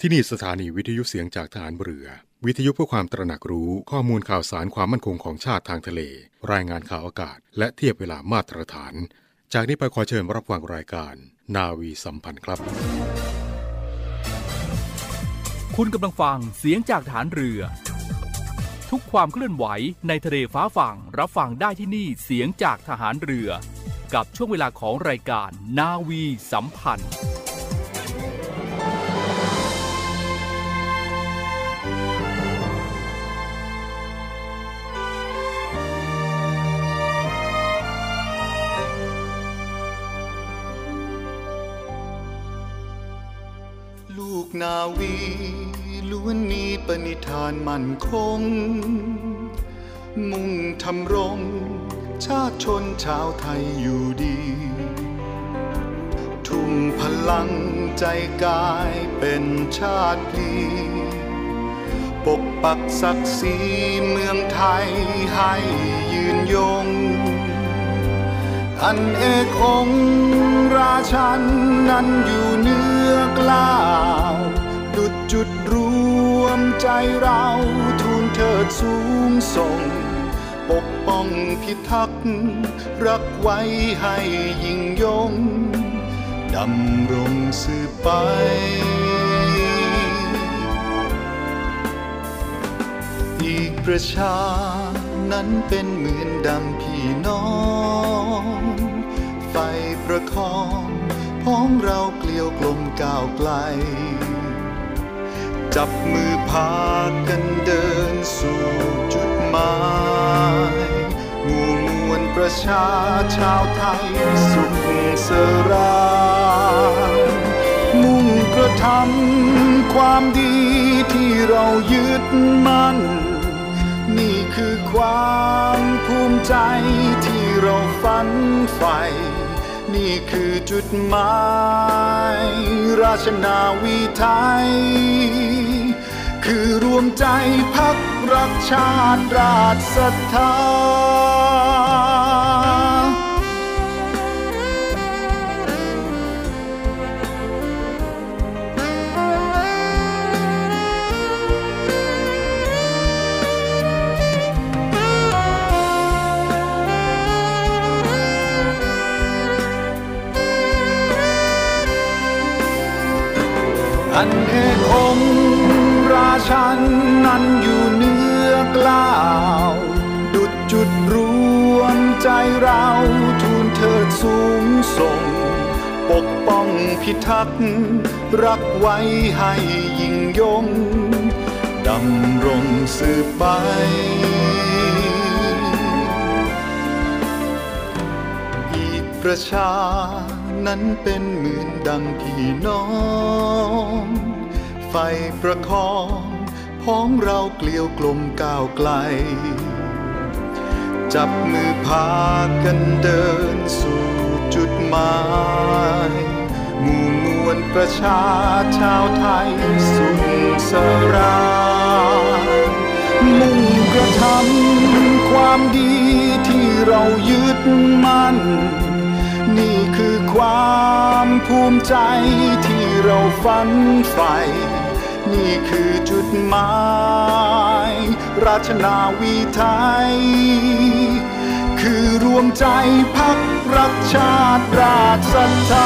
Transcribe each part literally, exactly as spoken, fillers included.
ที่นี่สถานีวิทยุเสียงจากทหารเรือวิทยุเพื่อความตระหนักรู้ข้อมูลข่าวสารความมั่นคงของชาติทางทะเลรายงานข่าวอากาศและเทียบเวลามาตรฐานจากนี้ไปขอเชิญรับฟังรายการนาวีสัมพันธ์ครับคุณกำลังฟังเสียงจากทหารเรือทุกความเคลื่อนไหวในทะเลฟ้าฝั่งรับฟังได้ที่นี่เสียงจากทหารเรือกับช่วงเวลาของรายการนาวีสัมพันธ์ลูกนาวีล้วนมีปณิธานมั่นคงมุ่งทำรงชาติชนชาวไทยอยู่ดีทุ่มพลังใจกายเป็นชาติพลีปกปักศักดิ์ศรีเมืองไทยให้ยืนยงอันเอกองค์ราชันนั้นอยู่เหนือกล้าวดุจจุดรวมใจเราทูลเถิดสูงส่งปกป้องพิทักษ์รักไว้ให้ยิ่งยงดำรงสืบไปอีกประชานั้นเป็นเหมือนดังพี่น้องไฟประคองพ้องเราเกลียวกลมก้าวไกลจับมือพากันเดินสู่จุดหมายหมู่มวลประชาชาวไทยสุขสรามุ่งกระทำความดีที่เรายึดมั่นนี่คือความภูมิใจที่เราฝันใฝ่นี่คือจุดหมายราชนาวีไทยคือรวมใจพักรักชาติราชศรัทธาอันเอกองค์ราชันนั้นอยู่เหนือกล้าวดุจจุดรวมใจเราทูลเถิดสูงส่งปกป้องพิทักษ์รักไว้ให้ยิ่งยงดำรงสืบไปอีกประชานั้นเป็นเหมือนดังพี่น้องไฟประคองพ้องเราเกลียวกลมก้าวไกลจับมือพากันเดินสู่จุดหมายหมู่มวลประชาชาวไทยสุขสรามุ่งกระทำความดีที่เรายึดมั่นนี่คือความภูมิใจที่เราฝันใฝ่นี่คือจุดหมายราชนาวีไทยคือรวมใจพักรักชาติราชศรัทธ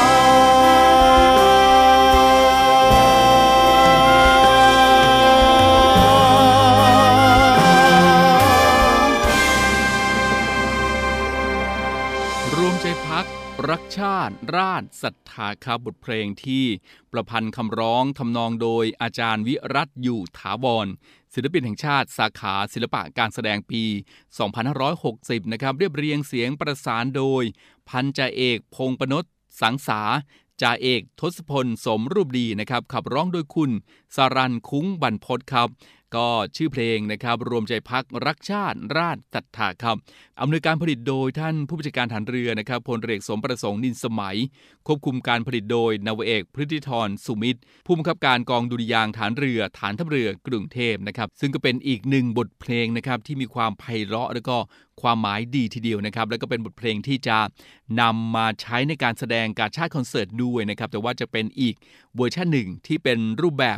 ารวมใจพักรักชาติราชศรัทธาครับบทเพลงที่ประพันธ์คำร้องทำนองโดยอาจารย์วิรัตอยู่ถาวรศิลปินแห่งชาติสาขาศิลปะการแสดงปีสองพันห้าร้อยหกสิบนะครับเรียบเรียงเสียงประสานโดยพันจ่าเอกพงษ์ปนชสังสาจ่าเอกทศพลสมรูปดีนะครับขับร้องโดยคุณสรัญคุ้งบรรพตครับก็ชื่อเพลงนะครับรวมใจพักรักชาติราชศรัทธาครับอำนวยการผลิตโดยท่านผู้บัญชาการฐานเรือนะครับพลเรือสมประสงค์นินสมัยควบคุมการผลิตโดยนาวาเอกพฤทธิธรสุมิตรผู้บังคับการกองดุริยางค์ฐานเรือฐานทัพเรือกรุงเทพนะครับซึ่งก็เป็นอีกหนึ่งบทเพลงนะครับที่มีความไพเราะแล้วก็ความหมายดีทีเดียวนะครับแล้วก็เป็นบทเพลงที่จะนำมาใช้ในการแสดงการชาติคอนเสิร์ตด้วยนะครับแต่ว่าจะเป็นอีกเวอร์ชันหนึ่งที่เป็นรูปแบบ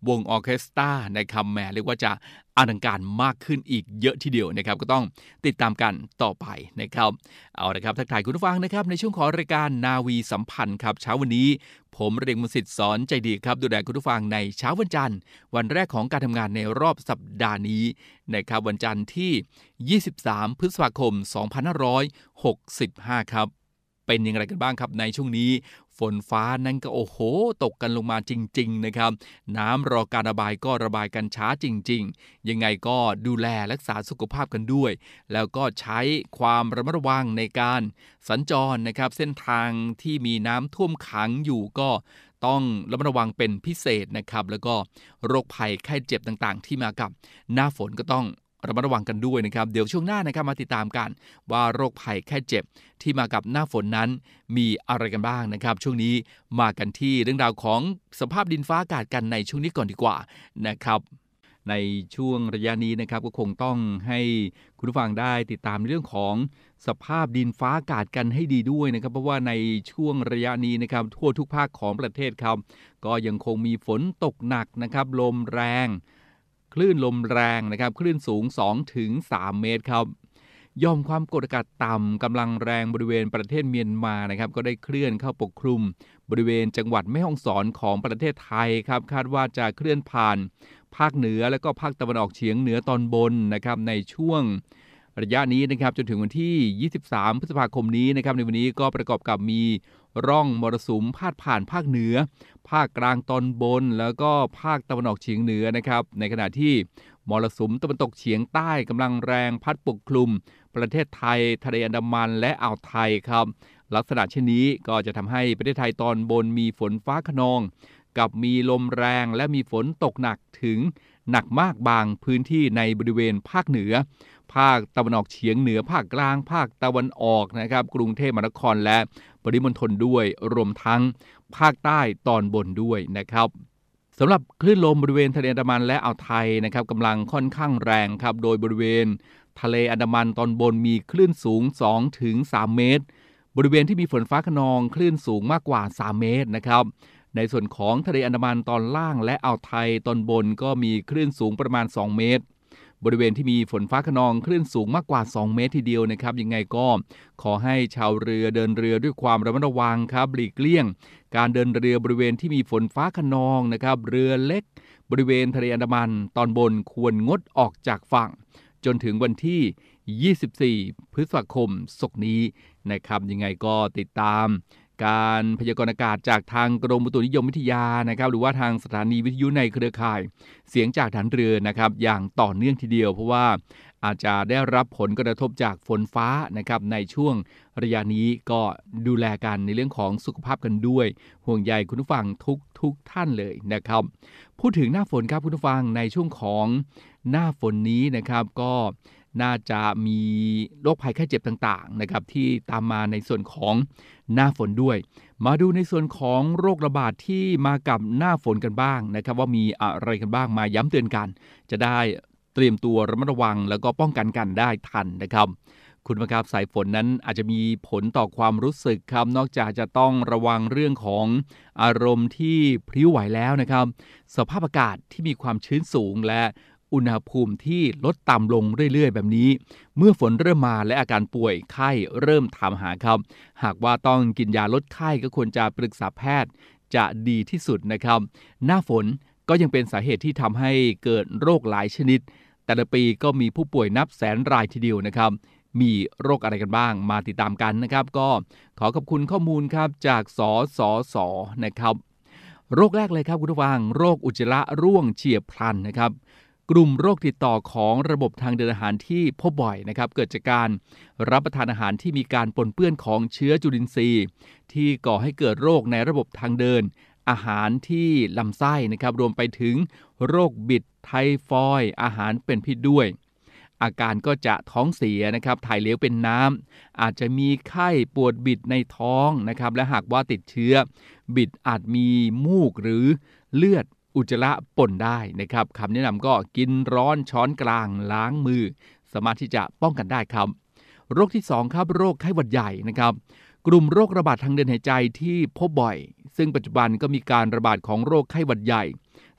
วงออร์เคสตรานะครับแหมเรียกว่าจะอลังการมากขึ้นอีกเยอะทีเดียวนะครับก็ต้องติดตามกันต่อไปนะครับเอาละครับทักทายคุณผู้ฟังนะครับในช่วงของรายการนาวีสัมพันธ์ครับเช้าวันนี้ผมเรียงมนต์สิทธิ์สอนใจดีครับดูแลคุณผู้ฟังในเช้าวันจันทร์วันแรกของการทำงานในรอบสัปดาห์นี้นะครับวันจันทร์ที่ยี่สิบสามพฤษภาคมสองพันห้าร้อยหกสิบห้าครับเป็นอย่างไรกันบ้างครับในช่วงนี้ฝนฟ้านั่นก็โอ้โหตกกันลงมาจริงๆนะครับน้ำรอการระบายก็ระบายกันช้าจริงๆยังไงก็ดูแลรักษาสุขภาพกันด้วยแล้วก็ใช้ความระมัดระวังในการสัญจรนะครับเส้นทางที่มีน้ำท่วมขังอยู่ก็ต้องระมัดระวังเป็นพิเศษนะครับแล้วก็โรคภัยไข้เจ็บต่างๆที่มากับหน้าฝนก็ต้องระมัดระวังกันด้วยนะครับเดี๋ยวช่วงหน้านะครับมาติดตามกันว่าโรคภัยแค่เจ็บที่มากับหน้าฝนนั้นมีอะไรกันบ้างนะครับช่วงนี้มากันที่เรื่องราวของสภาพดินฟ้าอากาศกันในช่วงนี้ก่อนดีกว่านะครับในช่วงระยะนี้นะครับก็คงต้องให้คุณผู้ฟังได้ติดตามในเรื่องของสภาพดินฟ้าอากาศกันให้ดีด้วยนะครับเพราะว่าในช่วงระยะนี้นะครับทั่วทุกภาคของประเทศครับก็ยังคงมีฝนตกหนักนะครับลมแรงคลื่นลมแรงนะครับคลื่นสูง สองถึงสาม เมตรครับยอมความกดอากาศต่ำกำลังแรงบริเวณประเทศเมียนมานะครับก็ได้เคลื่อนเข้าปกคลุมบริเวณจังหวัดแม่ฮ่องสอนของประเทศไทยครับคาดว่าจะเคลื่อนผ่านภาคเหนือและก็ภาคตะวันออกเฉียงเหนือตอนบนนะครับในช่วงระยะนี้นะครับจนถึงวันที่ยี่สิบสามพฤษภาคมนี้นะครับในวันนี้ก็ประกอบกับมีร่องมรสุมพาดผ่านภาคเหนือภาคกลางตอนบนแล้วก็ภาคตะวันออกเฉียงเหนือนะครับในขณะที่มรสุมตะวันตกเฉียงใต้กำลังแรงพัดปกคลุมประเทศไทยทะเลอันดามันและอ่าวไทยครับลักษณะเช่นนี้ก็จะทำให้ประเทศไทยตอนบนมีฝนฟ้าคะนองกับมีลมแรงและมีฝนตกหนักถึงหนักมากบางพื้นที่ในบริเวณภาคเหนือภาคตะวันออกเฉียงเหนือภาคกลางภาคตะวันออกนะครับกรุงเทพมหานครและปริมณฑลด้วยรวมทั้งภาคใต้ตอนบนด้วยนะครับสำหรับคลื่นลมบริเวณทะเลอันดามันและอ่าวไทยนะครับกำลังค่อนข้างแรงครับโดยบริเวณทะเลอันดามันตอนบนมีคลื่นสูง สองถึงสาม เมตรบริเวณที่มีฝนฟ้าคะนองคลื่นสูงมากกว่าสามเมตรนะครับในส่วนของทะเลอันดามันตอนล่างและอ่าวไทยตอนบนก็มีคลื่นสูงประมาณสองเมตรบริเวณที่มีฝนฟ้าคะนองคลื่นสูงมากกว่าสองเมตรทีเดียวนะครับยังไงก็ขอให้ชาวเรือเดินเรือด้วยความระมัดระวังครับหลีกเลี่ยงการเดินเรือบริเวณที่มีฝนฟ้าคะนองนะครับเรือเล็กบริเวณทะเลอันดามันตอนบนควรงดออกจากฝั่งจนถึงวันที่ยี่สิบสี่พฤษภาคมศกนี้นะครับยังไงก็ติดตามการพยากรณ์อากาศจากทางกรมอุตุนิยมวิทยานะครับหรือว่าทางสถานีวิทยุในเครือข่ายเสียงจากฐานเรือนะครับอย่างต่อเนื่องทีเดียวเพราะว่าอาจจะได้รับผลกระทบจากฝนฟ้านะครับในช่วงระยะนี้ก็ดูแลกันในเรื่องของสุขภาพกันด้วยห่วงใยคุณผู้ฟังทุกทุกท่านเลยนะครับพูดถึงหน้าฝนครับคุณผู้ฟังในช่วงของหน้าฝนนี้นะครับก็น่าจะมีโรคภัยไข้เจ็บต่างๆนะครับที่ตามมาในส่วนของหน้าฝนด้วยมาดูในส่วนของโรคระบาดที่มากับหน้าฝนกันบ้างนะครับว่ามีอะไรกันบ้างมาย้ำเตือนกันจะได้เตรียมตัวระมัดระวังแล้วก็ป้องกันกันได้ทันนะครับคุณผู้ชมสายฝนนั้นอาจจะมีผลต่อความรู้สึกครับนอกจากจะต้องระวังเรื่องของอารมณ์ที่พลิ้วไหวแล้วนะครับสภาพอากาศที่มีความชื้นสูงและอุณหภูมิที่ลดต่ำลงเรื่อยๆแบบนี้เมื่อฝนเริ่มมาและอาการป่วยไข้เริ่มถามหาครับหากว่าต้องกินยาลดไข้ก็ควรจะปรึกษาแพทย์จะดีที่สุดนะครับหน้าฝนก็ยังเป็นสาเหตุที่ทำให้เกิดโรคหลายชนิดแต่ละปีก็มีผู้ป่วยนับแสนรายทีเดียวนะครับมีโรคอะไรกันบ้างมาติดตามกันนะครับก็ขอขอบคุณข้อมูลครับจากสสสนะครับโรคแรกเลยครับคุณผู้ฟังโรคอุจจาระร่วงเฉียบพลันนะครับกลุ่มโรคติดต่อของระบบทางเดินอาหารที่พบบ่อยนะครับเกิดจากการรับประทานอาหารที่มีการปนเปื้อนของเชื้อจุลินทรีย์ที่ก่อให้เกิดโรคในระบบทางเดินอาหารที่ลำไส้นะครับรวมไปถึงโรคบิดไทฟอยด์อาหารเป็นพิษด้วยอาการก็จะท้องเสียนะครับถ่ายเหลวเป็นน้ำอาจจะมีไข้ปวดบิดในท้องนะครับและหากว่าติดเชื้อบิดอาจมีมูกหรือเลือดอุจจาระปนได้นะครับคำแนะนำก็กินร้อนช้อนกลางล้างมือสามารถที่จะป้องกันได้ครับโรคที่สองครับโรคไข้หวัดใหญ่นะครับกลุ่มโรคระบาดทางเดินหายใจที่พบบ่อยซึ่งปัจจุบันก็มีการระบาดของโรคไข้หวัดใหญ่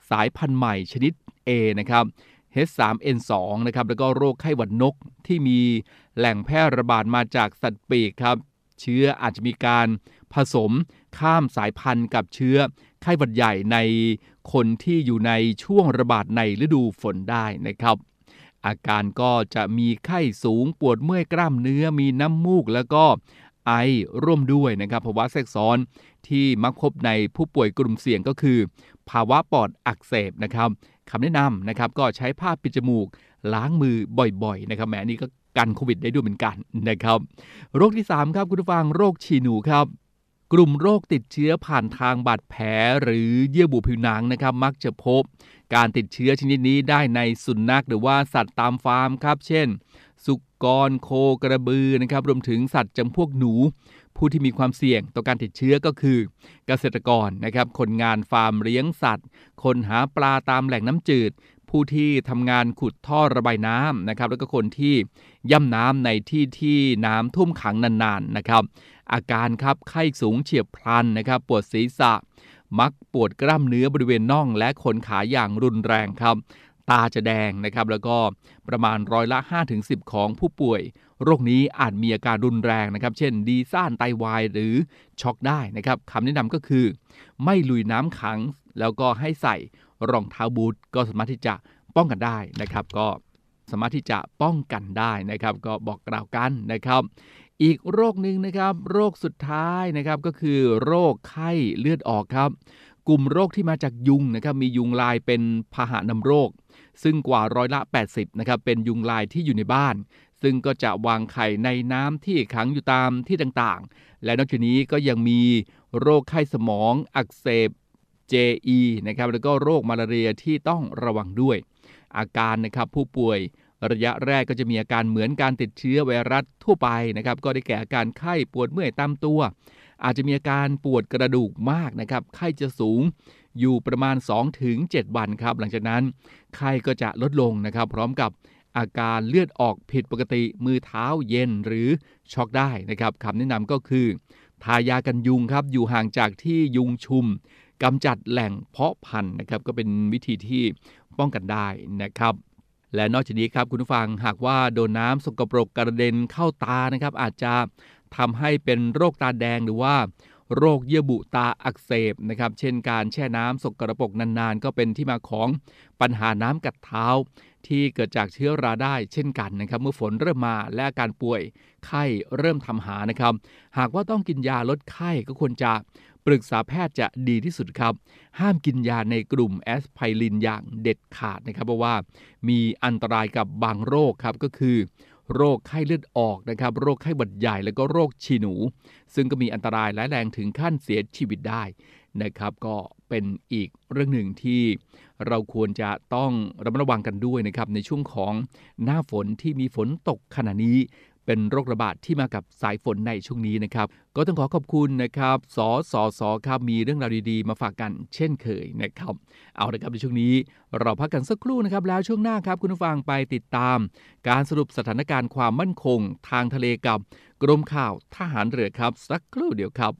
สายพันธุ์ใหม่ชนิด A นะครับ เอช ทรี เอ็น ทู นะครับแล้วก็โรคไข้หวัดนกที่มีแหล่งแพร่ระบาดมาจากสัตว์ปีกครับเชื้ออาจจะมีการผสมข้ามสายพันธุ์กับเชื้อไข้หวัดใหญ่ในคนที่อยู่ในช่วงระบาดในฤดูฝนได้นะครับอาการก็จะมีไข้สูงปวดเมื่อยกล้ามเนื้อมีน้ำมูกแล้วก็ไอร่วมด้วยนะครับภาวะแทรกซ้อนที่มักพบในผู้ป่วยกลุ่มเสี่ยงก็คือภาวะปอดอักเสบนะครับคำแนะนำนะครับก็ใช้ผ้าปิดจมูกล้างมือบ่อยๆนะครับแหมนี่ก็กันโควิดได้ด้วยเหมือนกันนะครับโรคที่สามครับคุณผู้ฟังโรคฉี่หนูครับกลุ่มโรคติดเชื้อผ่านทางบาดแผลหรือเยื่อบุผิวหนังนะครับมักจะพบการติดเชื้อชนิดนี้ได้ในสุนัขหรือว่าสัตว์ตามฟาร์มครับเช่นสุกรโคกระบือนะครับรวมถึงสัตว์จำพวกหนูผู้ที่มีความเสี่ยงต่อการติดเชื้อก็คือเกษตรกรนะครับคนงานฟาร์มเลี้ยงสัตว์คนหาปลาตามแหล่งน้ำจืดผู้ที่ทำงานขุดท่อระบายน้ำนะครับแล้วก็คนที่ย่ำน้ำในที่ที่น้ำท่วมขังนานๆนะครับอาการครับไข้สูงเฉียบพลันนะครับปวดศีรษะมักปวดกล้ามเนื้อบริเวณน่องและขนขาอย่างรุนแรงครับตาจะแดงนะครับแล้วก็ประมาณร้อยละ ห้าถึงสิบ ของผู้ป่วยโรคนี้อาจมีอาการรุนแรงนะครับเช่นดีซ่านไตวายหรือช็อกได้นะครับคำแนะนำก็คือไม่ลุยน้ำขังแล้วก็ให้ใส่รองเท้าบูทก็สามารถที่จะป้องกันได้นะครับก็สามารถที่จะป้องกันได้นะครับก็บอกกล่าวกันนะครับอีกโรคนึงนะครับโรคสุดท้ายนะครับก็คือโรคไข้เลือดออกครับกลุ่มโรคที่มาจากยุงนะครับมียุงลายเป็นพาหะนำโรคซึ่งกว่าร้อยละแปดสิบนะครับเป็นยุงลายที่อยู่ในบ้านซึ่งก็จะวางไข่ในน้ำที่ขังอยู่ตามที่ต่างๆและนอกจากนี้ก็ยังมีโรคไข้สมองอักเสบ เจ อี นะครับแล้วก็โรคมาลาเรียที่ต้องระวังด้วยอาการนะครับผู้ป่วยระยะแรกก็จะมีอาการเหมือนการติดเชื้อไวรัสทั่วไปนะครับก็ได้แก่อาการไข้ปวดเมื่อยตามตัวอาจจะมีอาการปวดกระดูกมากนะครับไข้จะสูงอยู่ประมาณ สองถึงเจ็ด วันครับหลังจากนั้นไข้ก็จะลดลงนะครับพร้อมกับอาการเลือดออกผิดปกติมือเท้าเย็นหรือช็อกได้นะครับคำแนะนำก็คือทายากันยุงครับอยู่ห่างจากที่ยุงชุมกำจัดแหล่งเพาะพันธุ์นะครับก็เป็นวิธีที่ป้องกันได้นะครับและนอกจากนี้ครับคุณผู้ฟังหากว่าโดนน้ำสกปรกกระเด็นเข้าตานะครับอาจจะทำให้เป็นโรคตาแดงหรือว่าโรคเยื่อบุตาอักเสบนะครับเช่นการแช่น้ำสกปรกนานๆก็เป็นที่มาของปัญหาน้ำกัดเท้าที่เกิดจากเชื้อราได้เช่นกันนะครับเมื่อฝนเริ่มมาและอาการป่วยไข้เริ่มทำหานะครับหากว่าต้องกินยาลดไข้ก็ควรจะปรึกษาแพทย์จะดีที่สุดครับห้ามกินยาในกลุ่มแอสไพรินอย่างเด็ดขาดนะครับเพราะว่ามีอันตรายกับบางโรคครับก็คือโรคไข้เลือดออกนะครับโรคไข้หวัดใหญ่แล้วก็โรคฉี่หนูซึ่งก็มีอันตรายร้ายแรงถึงขั้นเสียชีวิตได้นะครับก็เป็นอีกเรื่องหนึ่งที่เราควรจะต้องระมัดระวังกันด้วยนะครับในช่วงของหน้าฝนที่มีฝนตกขณะนี้เป็นโรคระบาดที่มากับสายฝนในช่วงนี้นะครับก็ต้องขอขอบคุณนะครับสสสครับมีเรื่องราวดีๆมาฝากกันเช่นเคยนะครับเอาละครับในช่วงนี้เราพักกันสักครู่นะครับแล้วช่วงหน้าครับคุณผู้ฟังไปติดตามการสรุปสถานการณ์ความมั่นคงทางทะเลกับกรมข่าวทหารเรือครับสักครู่เดียวครับ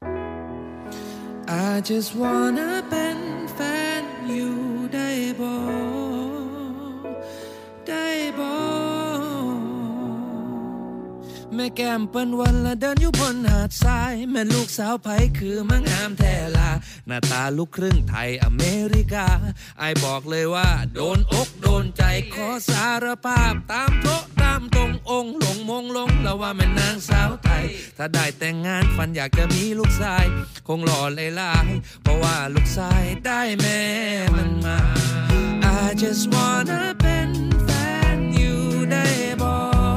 I just wanna เป็นแฟนอยู่ได้บ่ได้บ่แม่แก้มเปิ้นวันละเดินอยู่บนหาดทรายแม่ลูกสาวไผคือมังงามแท้ลาหน้าตาลูกครึ่งไทยอเมริกาไอ้บอกเลยว่าโดนอกโดนใจขอสารภาพตามโต๊ะตามตรงองค์หลงมงลงแล้วว่าแม่นางสาวไทยถ้าได้แต่งงานฝันอยากจะมีลูกชายคงหล่อหลายๆเพราะว่าลูกชายได้แม่มันมา I just wanna เป็นแฟนอยู่ได้บ่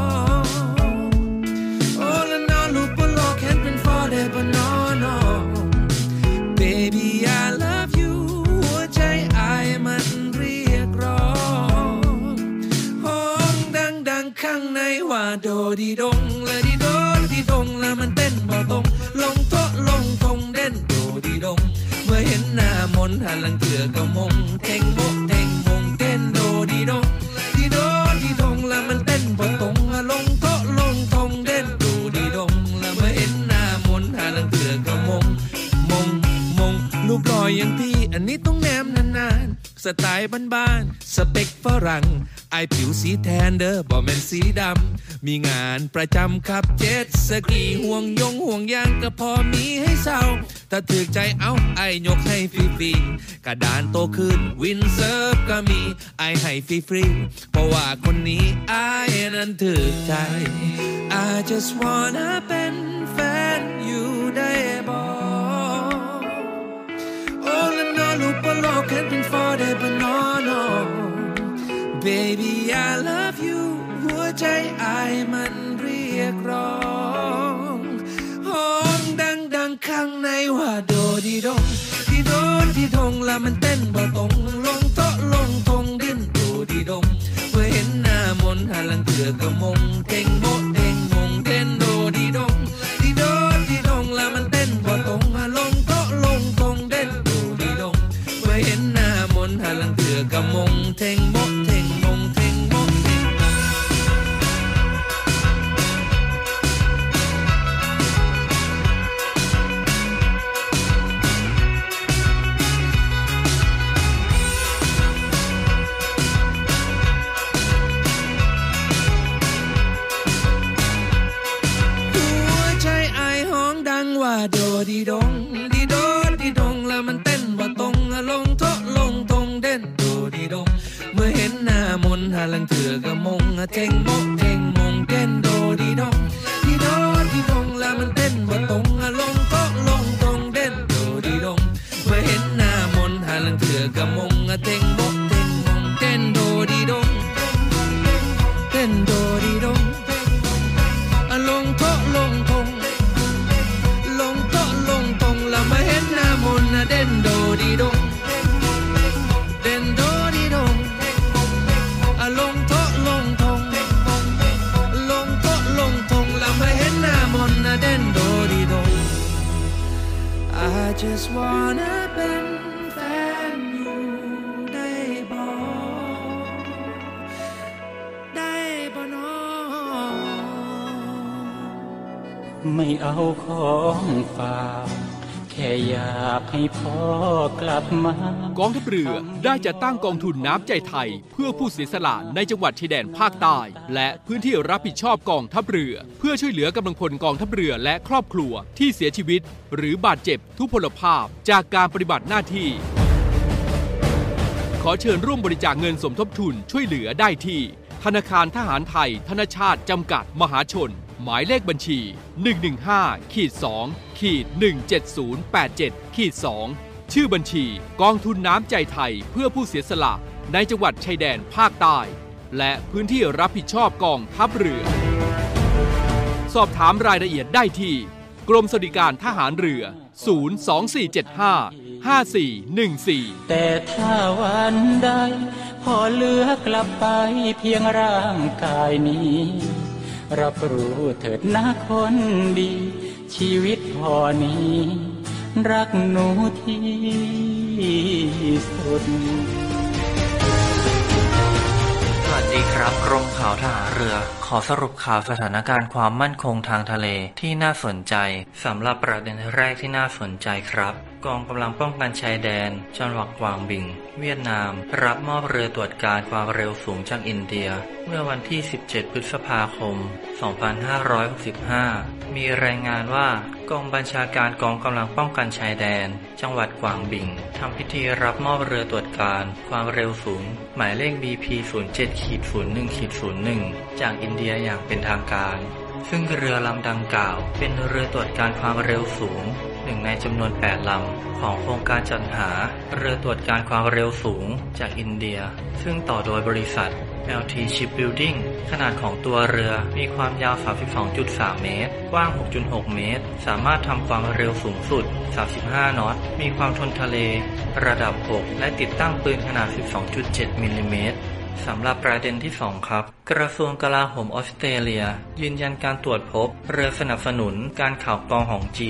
but no no baby I love you หัวใจอายมันเรียกร้องห้องดังๆข้างในว่าโดดีดงและดีโดดีดงแล้วมันเต้นบ่ตรงลงโต๊ะลงทงเด่นโดดีดงเมื่อเห็นหน้ามนหันหลังเถื่อก็มงเท่งโมเท่งมงเต้นโดดีดงดีโดดีดงแล้วมันเต้นบ่ตรงลงโต๊ะลงทงเด่นโดดีดงแล้วเมื่อเห็นหาลังเถื่อก็มงมงมงรูปหล่ออย่างพี่อันนี้ต้องแนมนานๆเสไตล์บ้านๆสเปคฝรั่งไอผิวสีแทนเด้อบ่แม่นสีดำมีงานประจำขับเจ็ตสกีห่วงยงห่วงยางก็พอมีให้เศร้าถ้าถึกใจเอาไอยกให้ฟรีๆกระดานโตขึ้นวินเซิร์ฟก็มีไอให้ฟรีๆเพราะว่าคนนี้ไอนั้นถึกใจ I just wanna เป็นแฟนอยู่ได้บ่โอ้ละนอลูกบ่โลกแค่เป็น for ได้บ่นอ no Baby I love you หัวใจไอมันเรียกร้องห้องดังๆข้างในว่าโดดีดงดีโดนดีดงแล้วมันเต้นบ่ตรงลงโต๊ะลงทงดิ้นโดดีดงเมื่อเห็นหน้ามนหาลังเถือกระมงเก่งโมเด้งมงเต้นโดดีดงดีโดนดีดงแล้วมันเต้นบ่ตรงลงโต๊ะลงทงเด่นโดดีดงเมื่อเห็นหน้ามนหาลังเถือกระมงเท่งโมเท่งมงเท่งโมเท่งว่าโดดีดงดีโดดีดงแล้วมันเต้นบ่ตรงลงโต๊ะลงตรงเด่นโดดีดงเมื่อเห็นหน้ามนหาลังเถือกระมงเท่งโมเท่งมงเต้นโดดีดงดีโดดีดงแล้วมันเต้นบ่ตรงลงโต๊ะลงตรงเด่นโดดีดงเมื่อเห็นหน้ามนหาลังเถือกระมงเท่งโมเท่งมงเต้นโดดีดงเต้นโดดีดงลงโต๊ะลงทงมาเห็นหน้ามนต์เด่นโดดีดงเด่นโดดีดงลงโต๊ะลงทงลงโต๊ะลงทงแล้วมาเห็นหน้ามนต์เด่นโดดีดง I just wanna เป็นแฟนอยู่ได้บ่ได้บ่น้อไม่เอาของฝากแค่อยากให้พ่อกลับมากองทัพเรือได้จัดตั้งกองทุนน้ำใจไทยเพื่อผู้เสียสละในจังหวัดชายแดนภาคใต้และพื้นที่รับผิดชอบกองทัพเรือเพื่อช่วยเหลือกำลังพลกองทัพเรือและครอบครัวที่เสียชีวิตหรือบาดเจ็บทุพพลภาพจากการปฏิบัติหน้าที่ขอเชิญร่วมบริจาคเงินสมทบทุนช่วยเหลือได้ที่ธนาคารทหารไทยธนชาติจำกัดมหาชนหมายเลขบัญชี หนึ่ง หนึ่ง ห้า สอง หนึ่ง เจ็ด ศูนย์ แปด เจ็ด สอง ชื่อบัญชีกองทุนน้ำใจไทยเพื่อผู้เสียสละในจังหวัดชายแดนภาคใต้และพื้นที่รับผิดชอบกองทัพเรือสอบถามรายละเอียดได้ที่กรมสวัสดิการทหารเรือศูนย์ สอง สี่ เจ็ด ห้า ห้า สี่ หนึ่ง สี่แต่ถ้าวันใดพอเหลือกลับไปเพียงร่างกายนี้รับรู้เถิดนะคนดีชีวิตพอนี้รักหนูที่สุดสวัสดีครับกรมข่าวทหารเรือขอสรุปข่าวสถานการณ์ความมั่นคงทางทะเลที่น่าสนใจสำหรับประเด็นแรกที่น่าสนใจครับกองกำลังป้องกันชายแดนจังหวัดกวางบิงเวียดนามรับมอบเรือตรวจการความเร็วสูงจากอินเดียเมื่อวันที่สิบเจ็ดพฤษภาคมสองพันห้าร้อยหกสิบห้ามีรายงานว่ากองบัญชาการกองกำลังป้องกันชายแดนจังหวัดกวางบิงทำพิธีรับมอบเรือตรวจการความเร็วสูงหมายเลข บี พี ศูนย์ เจ็ด ศูนย์ หนึ่ง ศูนย์ หนึ่ง จากอินเดียอย่างเป็นทางการซึ่งเรือลำดังกล่าวเป็นเรือตรวจการความเร็วสูงหนึ่งในจำนวนแปดลำของโครงการจัดหาเรือตรวจการความเร็วสูงจากอินเดียซึ่งต่อโดยบริษัท แอล ที Shipbuilding ขนาดของตัวเรือมีความยาว สามสิบสองจุดสาม เมตรกว้าง หกจุดหก เมตรสามารถทำความเร็วสูงสุดสามสิบห้านอตมีความทนทะเลระดับหกและติดตั้งปืนขนาด สิบสองจุดเจ็ด มิลลิเมตรสำหรับประเด็นที่สองครับกระทรวงกลาโหมออสเตรเลียยืนยันการตรวจพบเรือสนับสนุนการข่าวกรองของจีน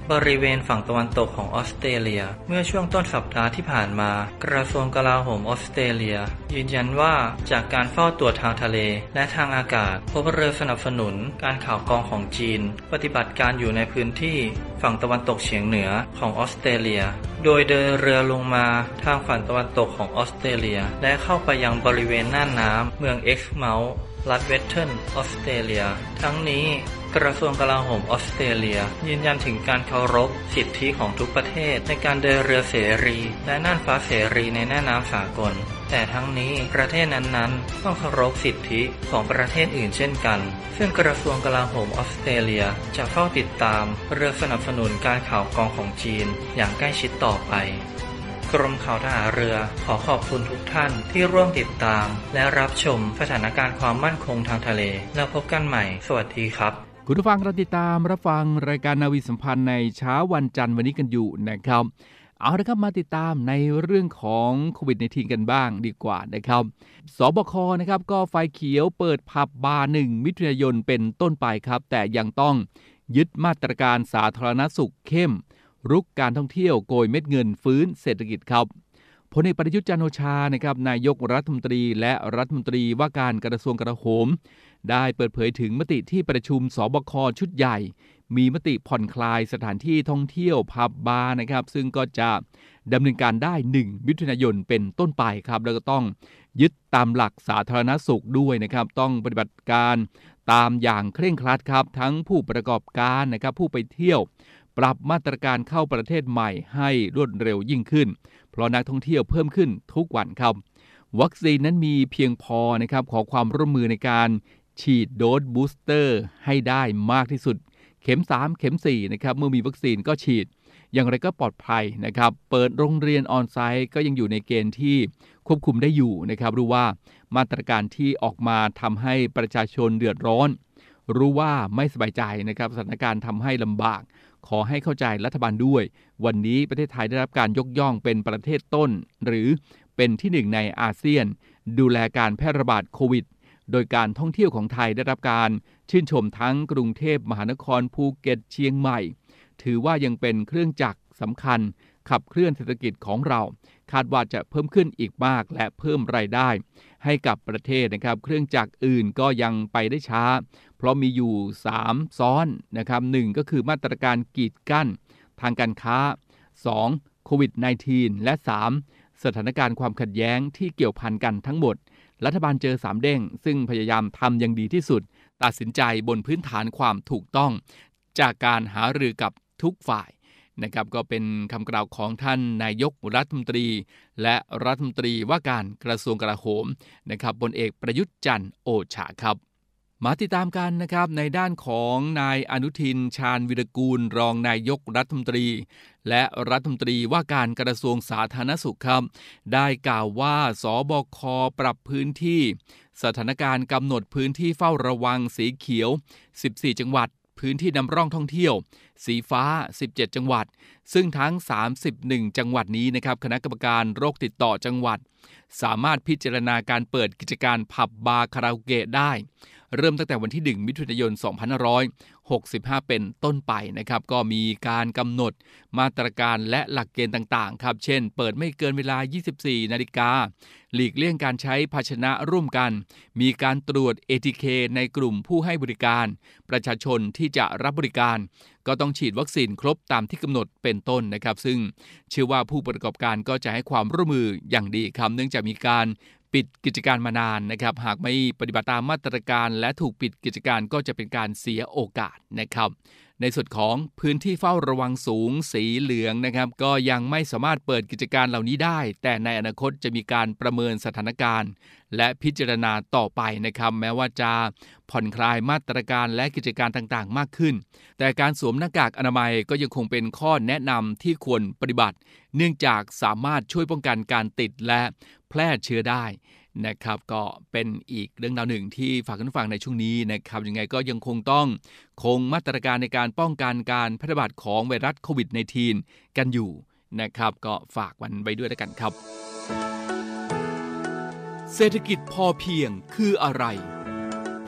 บริเวณฝั่งตะวันตกของออสเตรเลียเมื่อช่วงต้นสัปดาห์ที่ผ่านมากระทรวงกลาโหมออสเตรเลียยืนยันว่าจากการเฝ้าตรวจทางทะเลและทางอากาศพบเรือสนับสนุนการข่าวกรองของจีนปฏิบัติการอยู่ในพื้นที่ฝั่งตะวันตกเฉียงเหนือของออสเตรเลียโดยเดินเรือลงมาทางฝั่งตะวันตกของออสเตรเลียและเข้าไปยังบริเวณน่านน้ำเมืองเอ็กซ์เมาท์รัฐเวสเทิร์นออสเตรเลียทั้งนี้กระทรวงกลาโหมออสเตรเลียยืนยันถึงการเคารพสิทธิของทุกประเทศในการเดินเรือเสรีและน่านฟ้าเสรีในแม่น้ำสากลแต่ทั้งนี้ประเทศนั้นๆต้องเคารพสิทธิของประเทศอื่นเช่นกันซึ่งกระทรวงกลาโหมออสเตรเลียจะเฝ้าติดตามเรือสนับสนุนการข่าวกรองของจีนอย่างใกล้ชิดต่อไปกรมข่าวทหารเรือขอขอบคุณทุกท่านที่ร่วมติดตามและรับชมสถานการณ์ความมั่นคงทางทะเลแล้วพบกันใหม่สวัสดีครับคุณผู้ฟังเราติดตามรับฟังรายการนาวีสัมพันธ์ในเช้าวันจันทร์วันนี้กันอยู่นะครับเอาละครับมาติดตามในเรื่องของโควิด สิบเก้า กันบ้างดีกว่านะครับสบคนะครับก็ไฟเขียวเปิดผับบาร์หนึ่งมิถุนายนเป็นต้นไปครับแต่ยังต้องยึดมาตรการสาธารณสุขเข้มรุกการท่องเที่ยวโกยเม็ดเงินฟื้นเศรษฐกิจครับพลเอกประยุทธ์จันทร์โอชานะครับนายกรัฐมนตรีและรัฐมนตรีว่าการกระทรวงกลาโหมได้เปิดเผยถึงมติที่ประชุมสบคชุดใหญ่มีมติผ่อนคลายสถานที่ท่องเที่ยวผับบาร์นะครับซึ่งก็จะดำเนินการได้หนึ่งมิถุนายนเป็นต้นไปครับแล้วก็ต้องยึดตามหลักสาธารณสุขด้วยนะครับต้องปฏิบัติการตามอย่างเคร่งครัดครับทั้งผู้ประกอบการนะครับผู้ไปเที่ยวปรับมาตรการเข้าประเทศใหม่ให้รวดเร็วยิ่งขึ้นเพราะนักท่องเที่ยวเพิ่มขึ้นทุกวันครับวัคซีนนั้นมีเพียงพอนะครับขอความร่วมมือในการฉีดโดสบูสเตอร์ให้ได้มากที่สุดเข็มสามเข็มสี่นะครับเมื่อมีวัคซีนก็ฉีดอย่างไรก็ปลอดภัยนะครับเปิดโรงเรียนออนไซต์ก็ยังอยู่ในเกณฑ์ที่ควบคุมได้อยู่นะครับรู้ว่ามาตรการที่ออกมาทำให้ประชาชนเดือดร้อนรู้ว่าไม่สบายใจนะครับสถานการณ์ทำให้ลำบากขอให้เข้าใจรัฐบาลด้วยวันนี้ประเทศไทยได้รับการยกย่องเป็นประเทศต้นหรือเป็นที่หนึ่งในอาเซียนดูแลการแพร่ระบาดโควิดโดยการท่องเที่ยวของไทยได้รับการชื่นชมทั้งกรุงเทพมหานครภูเก็ตเชียงใหม่ถือว่ายังเป็นเครื่องจักรสำคัญขับเคลื่อนเศรษฐกิจของเราคาดว่าจะเพิ่มขึ้นอีกมากและเพิ่มรายได้ให้กับประเทศนะครับเครื่องจักรอื่นก็ยังไปได้ช้าเพราะมีอยู่สามซ้อนนะครับหนึ่งก็คือมาตรการกีดกั้นทางการค้าสองโควิด สิบเก้า และสามสถานการณ์ความขัดแย้งที่เกี่ยวพันกันทั้งหมดรัฐบาลเจอสามเด้งซึ่งพยายามทำอย่างดีที่สุดตัดสินใจบนพื้นฐานความถูกต้องจากการหารือกับทุกฝ่ายนะครับก็เป็นคำกล่าวของท่านนายกรัฐมนตรีและรัฐมนตรีว่าการกระทรวงกลาโหมนะครับพลเอกประยุทธ์จันทร์โอชาครับมาติดตามกันนะครับในด้านของนายอนุทินชาญวิรากูลรองนายกรัฐมนตรีและรัฐมนตรีว่าการกระทรวงสาธารณสุขครับได้กล่าวว่าสบคปรับพื้นที่สถานการณ์กำหนดพื้นที่เฝ้าระวังสีเขียวสิบสี่จังหวัดพื้นที่นำร่องท่องเที่ยวสีฟ้าสิบเจ็ดจังหวัดซึ่งทั้งสามสิบเอ็ดจังหวัดนี้นะครับคณะกรรมการโรคติดต่อจังหวัดสามารถพิจารณาการเปิดกิจการผับบาร์คาราโอเกะได้เริ่มตั้งแต่วันที่หนึ่งมิถุนายนสองพันห้าร้อยหกสิบห้าเป็นต้นไปนะครับก็มีการกำหนดมาตรการและหลักเกณฑ์ต่างๆครับเช่นเปิดไม่เกินเวลายี่สิบสี่นาฬิกาหลีกเลี่ยงการใช้ภาชนะร่วมกันมีการตรวจ เอ ที เค ในกลุ่มผู้ให้บริการประชาชนที่จะรับบริการก็ต้องฉีดวัคซีนครบตามที่กำหนดเป็นต้นนะครับซึ่งเชื่อว่าผู้ประกอบการก็จะให้ความร่วมมืออย่างดีครับเนื่องจากมีการปิดกิจการมานานนะครับหากไม่ปฏิบัติตามมาตรการและถูกปิดกิจการก็จะเป็นการเสียโอกาสนะครับในส่วนของพื้นที่เฝ้าระวังสูงสีเหลืองนะครับก็ยังไม่สามารถเปิดกิจการเหล่านี้ได้แต่ในอนาคตจะมีการประเมินสถานการณ์และพิจารณาต่อไปนะครับแม้ว่าจะผ่อนคลายมาตรการและกิจการต่างๆมากขึ้นแต่การสวมหน้ากากอนามัยก็ยังคงเป็นข้อแนะนำที่ควรปฏิบัติเนื่องจากสามารถช่วยป้องกันการติดและแพร่เชื้อได้นะครับก็เป็นอีกเรื่องราวหนึ่งที่ฝากกันฟังในช่วงนี้นะครับยังไงก็ยังคงต้องคงมาตรการในการป้องกันการแพร่ระบาดของไวรัสโควิด สิบเก้า กันอยู่นะครับก็ฝากมันไว้ด้วยแล้วกันครับเศรษฐกิจพอเพียงคืออะไร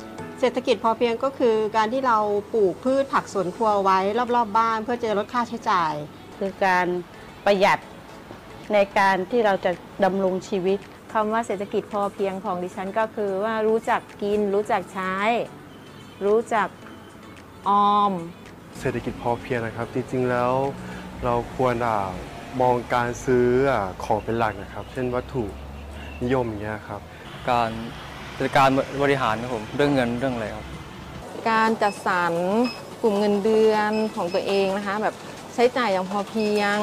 เศรษฐกิจพอเพียงก็คือการที่เราปลูกพืชผักสวนครัวไว้รอบๆบ้านเพื่อจะลดค่าใช้จ่ายคือการประหยัดในการที่เราจะดำรงชีวิตคำว่าเศรษฐกิจพอเพียงของดิฉันก็คือว่ารู้จักกินรู้จักใช้รู้จักออมเศรษฐกิจพอเพียงนะครับจริงๆแล้วเราควรมองการซื้อของเป็นหลักนะครับเช่นวัตถุนิยมอย่างเงี้ยครับการจัดการบริหารครับผมเรื่องเงินเรื่องอะไรครับการจัดสรรกลุ่มเงินเดือนของตัวเองนะคะแบบใช้จ่ายอย่างพอเพียง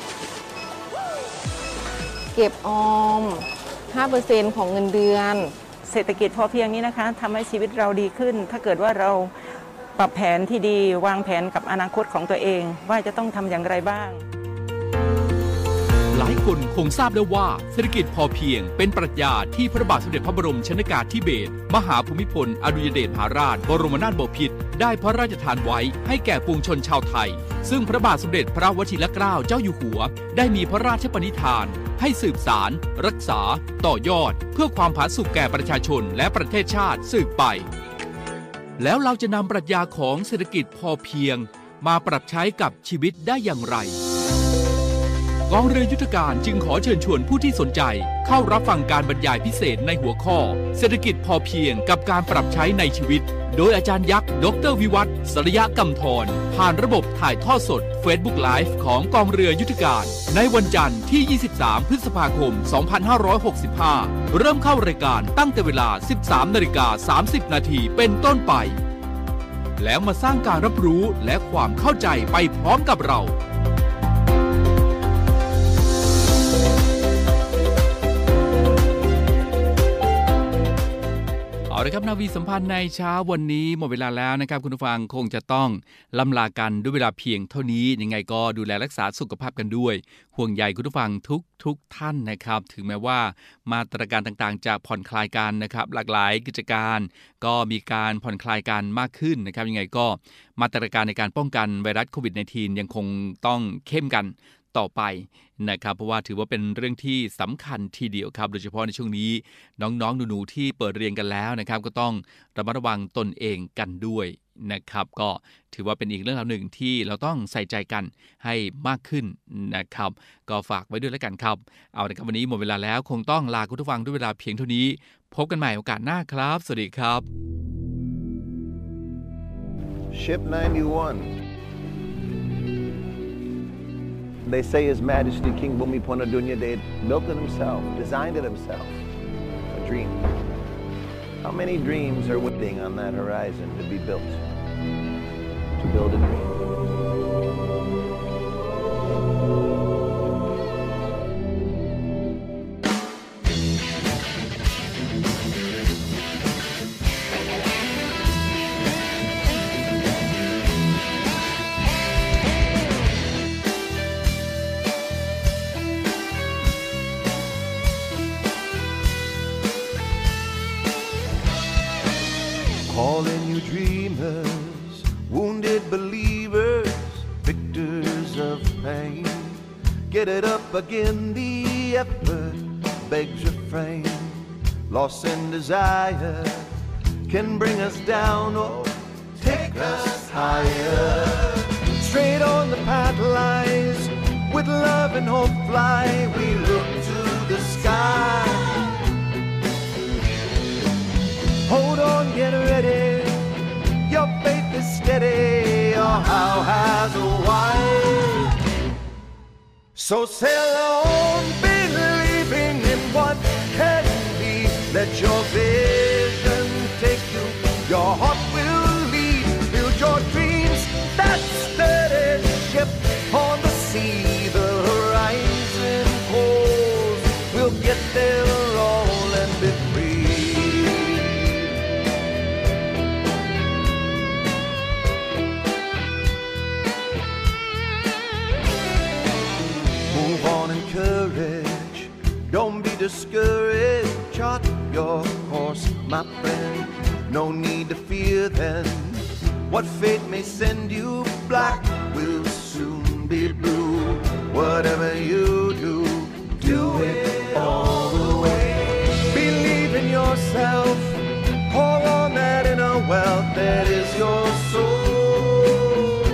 เก็บออม ห้าเปอร์เซ็นต์ ของเงินเดือนเศรษฐกิจพอเพียงนี้นะคะทำให้ชีวิตเราดีขึ้นถ้าเกิดว่าเราปรับแผนที่ดีวางแผนกับอนาคตของตัวเองว่าจะต้องทำอย่างไรบ้างหลายคนคงทราบแล้วว่าเศรษฐกิจพอเพียงเป็นปรัชญาที่พระบาทสมเด็จพระบรมชนกาธิเบศรมหาภูมิพลอดุลยเดชมหาราชบรมนาถบพิตรได้พระราชทานไว้ให้แก่ปวงชนชาวไทยซึ่งพระบาทสมเด็จพระวชิรเกล้าเจ้าอยู่หัวได้มีพระราชปณิธานให้สืบสารรักษาต่อยอดเพื่อความผาสุกแก่ประชาชนและประเทศชาติสืบไปแล้วเราจะนำปรัชญาของเศรษฐกิจพอเพียงมาปรับใช้กับชีวิตได้อย่างไรกองเรือยุทธการจึงขอเชิญชวนผู้ที่สนใจเข้ารับฟังการบรรยายพิเศษในหัวข้อเศรษฐกิจพอเพียงกับการปรับใช้ในชีวิตโดยอาจารย์ยักษ์ดรวิวัฒน์สรยกำธรผ่านระบบถ่ายทอดสด Facebook Live ของกองเรือยุทธการในวันจันทร์ที่ ยี่สิบสาม พฤษภาคม สองพันห้าร้อยหกสิบห้า เริ่มเข้ารายการตั้งแต่เวลา สิบสามนาฬิกาสามสิบนาทีเป็นต้นไปแล้วมาสร้างการรับรู้และความเข้าใจไปพร้อมกับเราเอาละครับนาวีสัมพันธ์ในเช้าวันนี้หมดเวลาแล้วนะครับคุณผู้ฟังคงจะต้องล่ำลากันด้วยเวลาเพียงเท่านี้ยังไงก็ดูแลรักษาสุขภาพกันด้วยห่วงใยคุณผู้ฟังทุกทุกท่านนะครับถึงแม้ว่ามาตรการต่างๆจะผ่อนคลายกันนะครับหลากหลายกิจการก็มีการผ่อนคลายกันมากขึ้นนะครับยังไงก็มาตรการในการป้องกันไวรัสโควิด สิบเก้า ยังคงต้องเข้มกันต่อไปนะครับเพราะว่าถือว่าเป็นเรื่องที่สำคัญทีเดียวครับโดยเฉพาะในช่วงนี้น้องๆหนูๆที่เปิดเรียนกันแล้วนะครับก็ต้องระมัดระวังตนเองกันด้วยนะครับก็ถือว่าเป็นอีกเรื่องราวหนึ่งที่เราต้องใส่ใจกันให้มากขึ้นนะครับก็ฝากไว้ด้วยแล้วกันครับเอาละครับวันนี้หมดเวลาแล้วคงต้องลาคุณผู้ฟังด้วยเวลาเพียงเท่านี้พบกันใหม่โอกาสหน้าครับสวัสดีครับ Ship ninety-one They say His Majesty King Bhumipol Adulyadej built it himself, designed it himself. A dream. How many dreams are waiting on that horizon to be built? To build a dream. Calling you dreamers, wounded believers, victors of pain. Get it up again, the effort begs refrain. Loss and desire can bring us down or take us higher. Straight on the path lies, with love and hope fly, we look to the sky. Hold on, get ready, your faith is steady, your how has a why. So sail on, believing in what can be. Let your vision take you, your heart will lead. Build your dreams, that steady ship on the sea. The horizon calls, we'll get there all and be free. Move on in courage, don't be discouraged. Chart your course, my friend, no need to fear then. What fate may send you, black will soon be blue. Whatever you do, do it all the way. Believe in yourself, call on that inner well. that is your soul.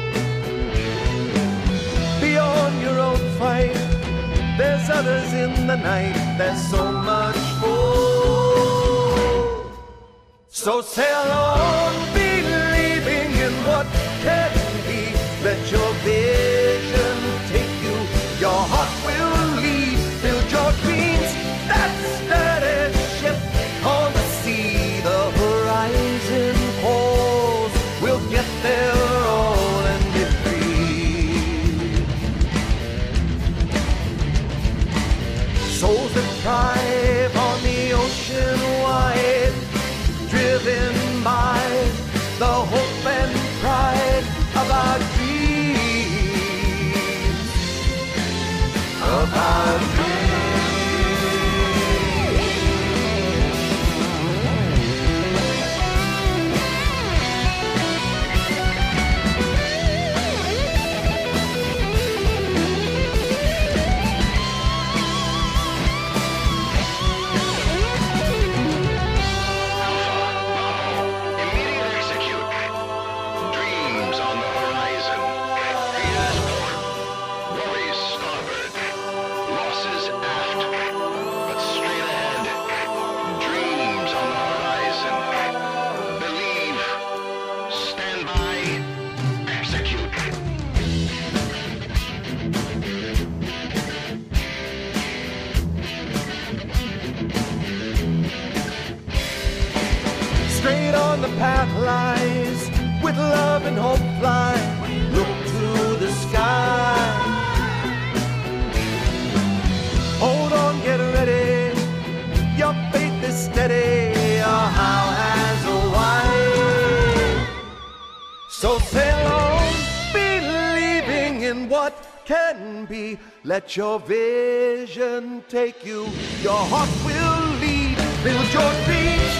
Beyond your own fight, there's others in the night, there's so much more. So sail on, believing in what can be. Let your vision take you, your heart will lead. Build your dreams, that steady ship on the sea. The horizon calls, we'll get there all and be free. Souls that thrive on the ocean wide, driven by the hope and pride of our dreams, of our dreams. Straight on the path lies, with love and hope fly. Look to the sky. Hold on, get ready. Your faith is steady. Your how has a why. So sail on, believing in what can be. Let your vision take you. Your heart will lead. Build your dreams.